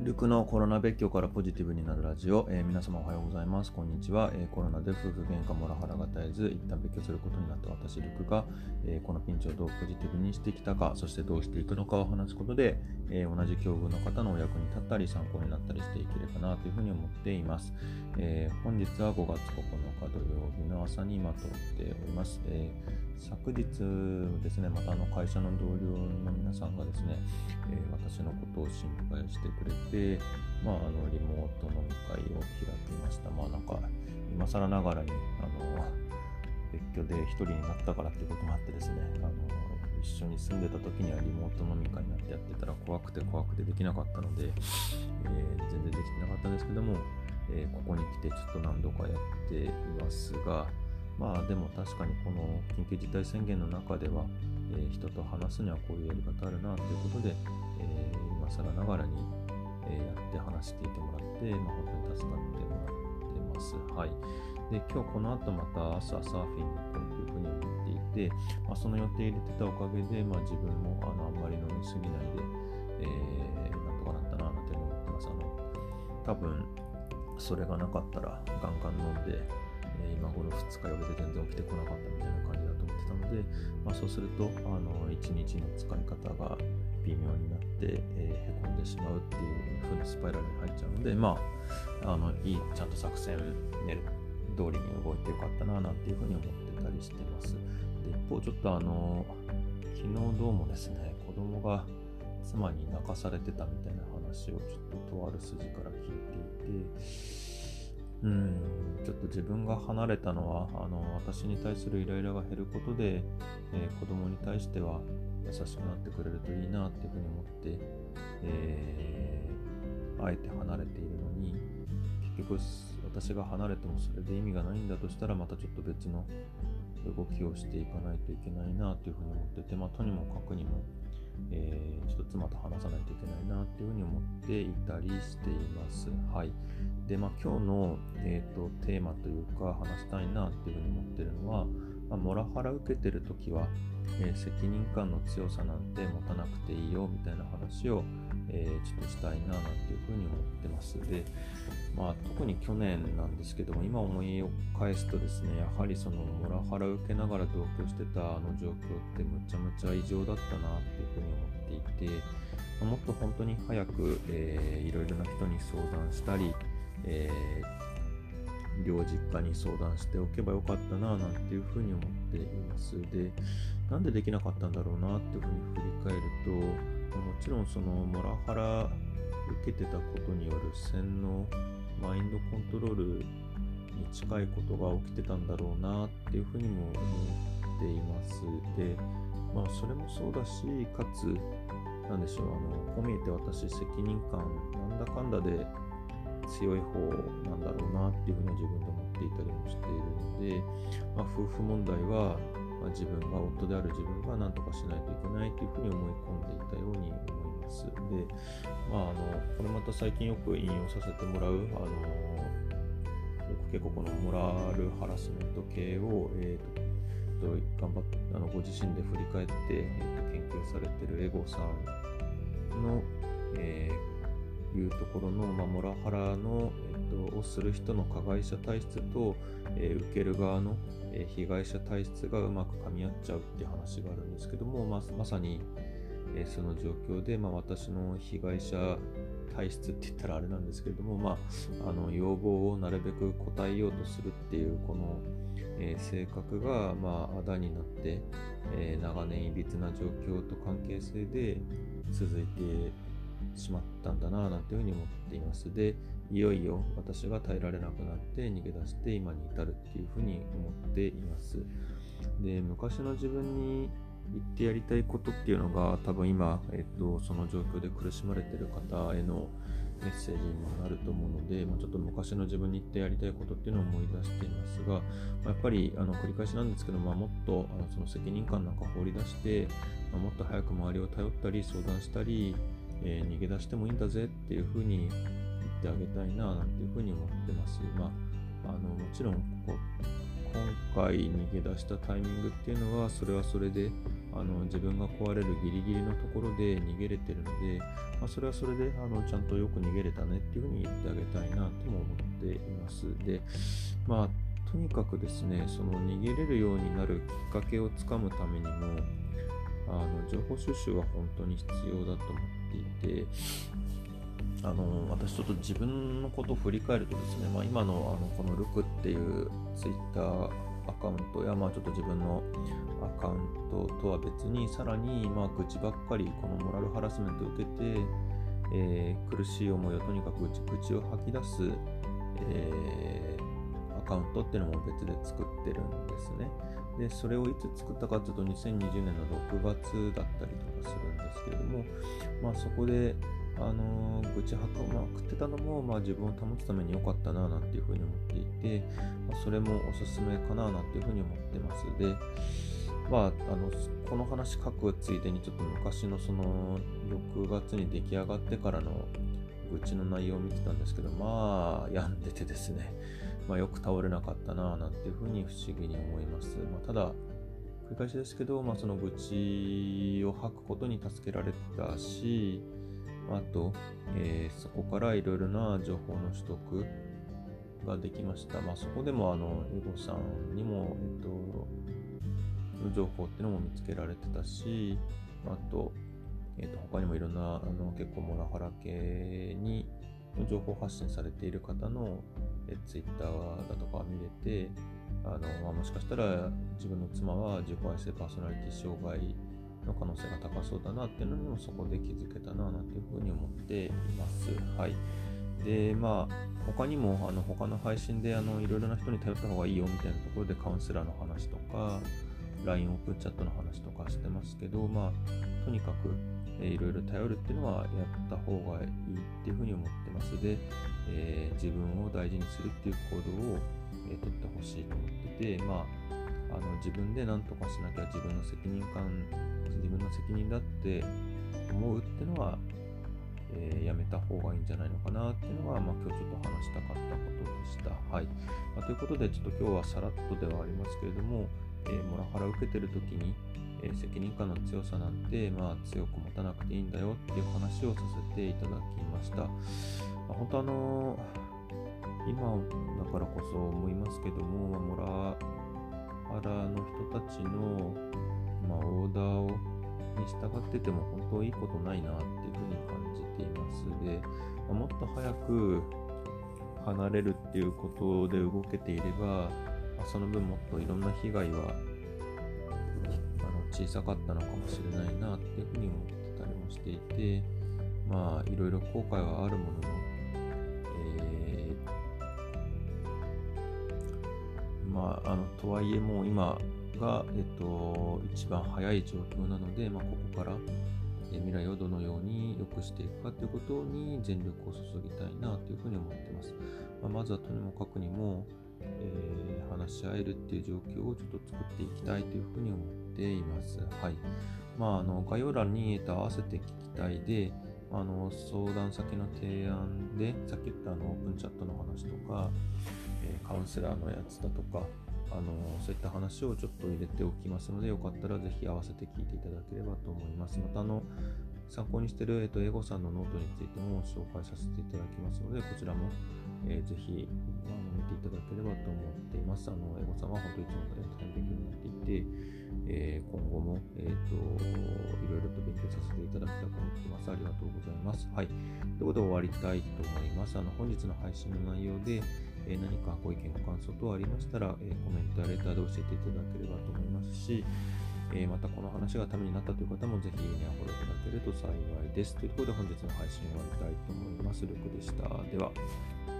ルクのコロナ別居からポジティブになるラジオ、皆様おはようございます。こんにちは。コロナで夫婦喧嘩モラハラが絶えず一旦別居することになった私ルクが、このピンチをどうポジティブにしてきたか、そしてどうしていくのかを話すことで、同じ境遇の方のお役に立ったり参考になったりしていければなというふうに思っています。本日は5月9日土曜日の朝にまとっております。昨日ですね、また会社の同僚の皆さんがですね、私のことを心配してくれて、リモート飲み会を開きました。今更ながらに別居で一人になったからっていうこともあってですね、一緒に住んでた時にはリモート飲み会になってやってたら怖くてできなかったので、全然できてなかったんですけども、ここに来てちょっと何度かやっていますが、でも確かにこの緊急事態宣言の中では、人と話すにはこういうやり方あるなということで、今更ながらに、やって話聞いてもらって、本当に助かってもらってます。はい。で、今日この後また朝サーフィンに行こうというふうに思っていて、その予定入れてたおかげで、自分もあんまり飲みすぎないで、なんとかなったなと思ってます。多分それがなかったらガンガン飲んで、今頃2日酔いで全然起きてこなかったみたいな感じだと思ってたので、そうすると1日の使い方が微妙になって、へこんでしまうっていう風なスパイラルに入っちゃうので、ちゃんと作戦練る通りに動いてよかったななんていう風に思ってたりしてます。で、一方ちょっと昨日どうもですね、子供が妻に泣かされてたみたいな話をちょっととある筋から聞いていて、ちょっと自分が離れたのは私に対するイライラが減ることで、子供に対しては優しくなってくれるといいなっていうふうに思って、あえて離れているのに、結局私が離れてもそれで意味がないんだとしたら、またちょっと別の動きをしていかないといけないなというふうに思ってて、とにもかくにもちょっと妻と話さないといけないなっていうふうに思っていたりしています。はい。で、今日の、テーマというか話したいなっていうふうに思っているのは、モラハラ受けてるときは、責任感の強さなんて持たなくていいよみたいな話を、ちょっとしたいななんていうふうに思ってます。で、特に去年なんですけども、今思い返すとですね、やはりそのモラハラ受けながら同居してた状況ってむちゃむちゃ異常だったなっていうふうに思っていて、もっと本当に早く、いろいろな人に相談したり、両実家に相談しておけばよかったななんていうふうに思っています。で、なんでできなかったんだろうなっていうふうに振り返ると、もちろんそのモラハラ受けてたことによる洗脳、マインドコントロールに近いことが起きてたんだろうなっていうふうにも思っています。で、それもそうだし、かつなんでしょう、こう見えて私責任感なんだかんだで強い方なんだろうなっていうふうに自分で思っていたりもしているので、夫婦問題は、自分が夫である自分が何とかしないといけないというふうに思い込んでいたように思います。で、これまた最近よく引用させてもらう結構このモラルハラスメント系を、頑張ってご自身で振り返って、研究されているエゴさんの、いうところの、モラハラの、をする人の加害者体質と、受ける側の、被害者体質がうまく噛み合っちゃうっていう話があるんですけども、まさに、その状況で、私の被害者体質って言ったらあれなんですけれども、要望をなるべく応えようとするっていうこの、性格が、あだになって、長年いびつな状況と関係性で続いてしまったんだななんていうふうに思っています。で、いよいよ私が耐えられなくなって逃げ出して今に至るっていうふうに思っています。で、昔の自分に言ってやりたいことっていうのが多分今、その状況で苦しまれている方へのメッセージにもなると思うので、ちょっと昔の自分に言ってやりたいことっていうのを思い出していますが、やっぱり繰り返しなんですけど、もっとその責任感なんか放り出して、もっと早く周りを頼ったり相談したり、逃げ出してもいいんだぜっていうふうに言ってあげたいななんていうふうに思ってます。もちろんこ今回逃げ出したタイミングっていうのはそれはそれで自分が壊れるギリギリのところで逃げれてるので、それはそれでちゃんとよく逃げれたねっていうふうに言ってあげたいなとも思っています。で、とにかくですね、その逃げれるようになるきっかけをつかむためにも情報収集は本当に必要だと思っていて、私ちょっと自分のことを振り返るとですね、今のこのルクっていうツイッターアカウントや、ちょっと自分のアカウントとは別にさらに愚痴ばっかりこのモラルハラスメントを受けて、苦しい思いをとにかく愚痴を吐き出す、アカウントっていうのも別で作ってるんですね。で、それをいつ作ったかというと2020年の6月だったりとかするんですけれども、そこで愚痴吐くまくってたのも、自分を保つために良かったななんていうふうに思っていて、それもおすすめかななんていうふうに思ってます。で、この話書くついでにちょっと昔のその6月に出来上がってからの愚痴の内容を見てたんですけど、病んでてですね、よく倒れなかったななんていうふうに不思議に思います。ただ繰り返しですけど、その愚痴を吐くことに助けられたし、あと、そこからいろいろな情報の取得ができました。そこでもエゴさんにも、情報っていうのも見つけられてたし、あと、他にもいろんな結構モラハラ系に情報発信されている方のツイッターだとか見れて、もしかしたら自分の妻は自己愛性パーソナリティ障害の可能性が高そうだなっていうのにもそこで気づけたななんていうふうに思っています。はい。で、他にも他の配信でいろいろな人に頼った方がいいよみたいなところでカウンセラーの話とか LINE オープンチャットの話とかしてますけど、とにかくいろいろ頼るっていうのはやった方がいいっていうふうに思ってます。で、自分を大事にするっていう行動を、取ってほしいと思ってて、自分で何とかしなきゃ自分の責任だって思うっていうのは、やめた方がいいんじゃないのかなっていうのが、今日ちょっと話したかったことでした。はい。ということで、ちょっと今日はさらっとではありますけれども、モラハラを受けてるときに、責任感の強さなんて、強く持たなくていいんだよっていう話をさせていただきました。本当今だからこそ思いますけども、モラハラの人たちの、オーダーに従ってても本当いいことないなっていうふうに感じています。で、もっと早く離れるっていうことで動けていれば、その分もっといろんな被害は小さかったのかもしれないなっていうふうに思ってたりもしていて、いろいろ後悔はあるものの、とはいえもう今が、一番早い状況なので、ここから、未来をどのように良くしていくかということに全力を注ぎたいなというふうに思っています。まずはとにもかくにも、話し合えるっていう状況をちょっと作っていきたいというふうに思っています。はい。概要欄に合わせて聞きたいで、相談先の提案で、さっき言ったオープンチャットの話とか、カウンセラーのやつだとか、そういった話をちょっと入れておきますので、よかったらぜひ合わせて聞いていただければと思います。また参考にしている、エゴさんのノートについても紹介させていただきますので、こちらも、ぜひ見ていただければと思っています。エゴさんは本当にいつも大変勉強になっていて、今後も、いろいろと勉強させていただきたく思っています。ありがとうございます。はい。ということで終わりたいと思います。本日の配信の内容で、何かご意見ご感想等ありましたら、コメントやレターで教えていただければと思いますし、またこの話がためになったという方もぜひいいねやフォローいただけると幸いです。ということで本日の配信を終わりたいと思います。ルクでした。では。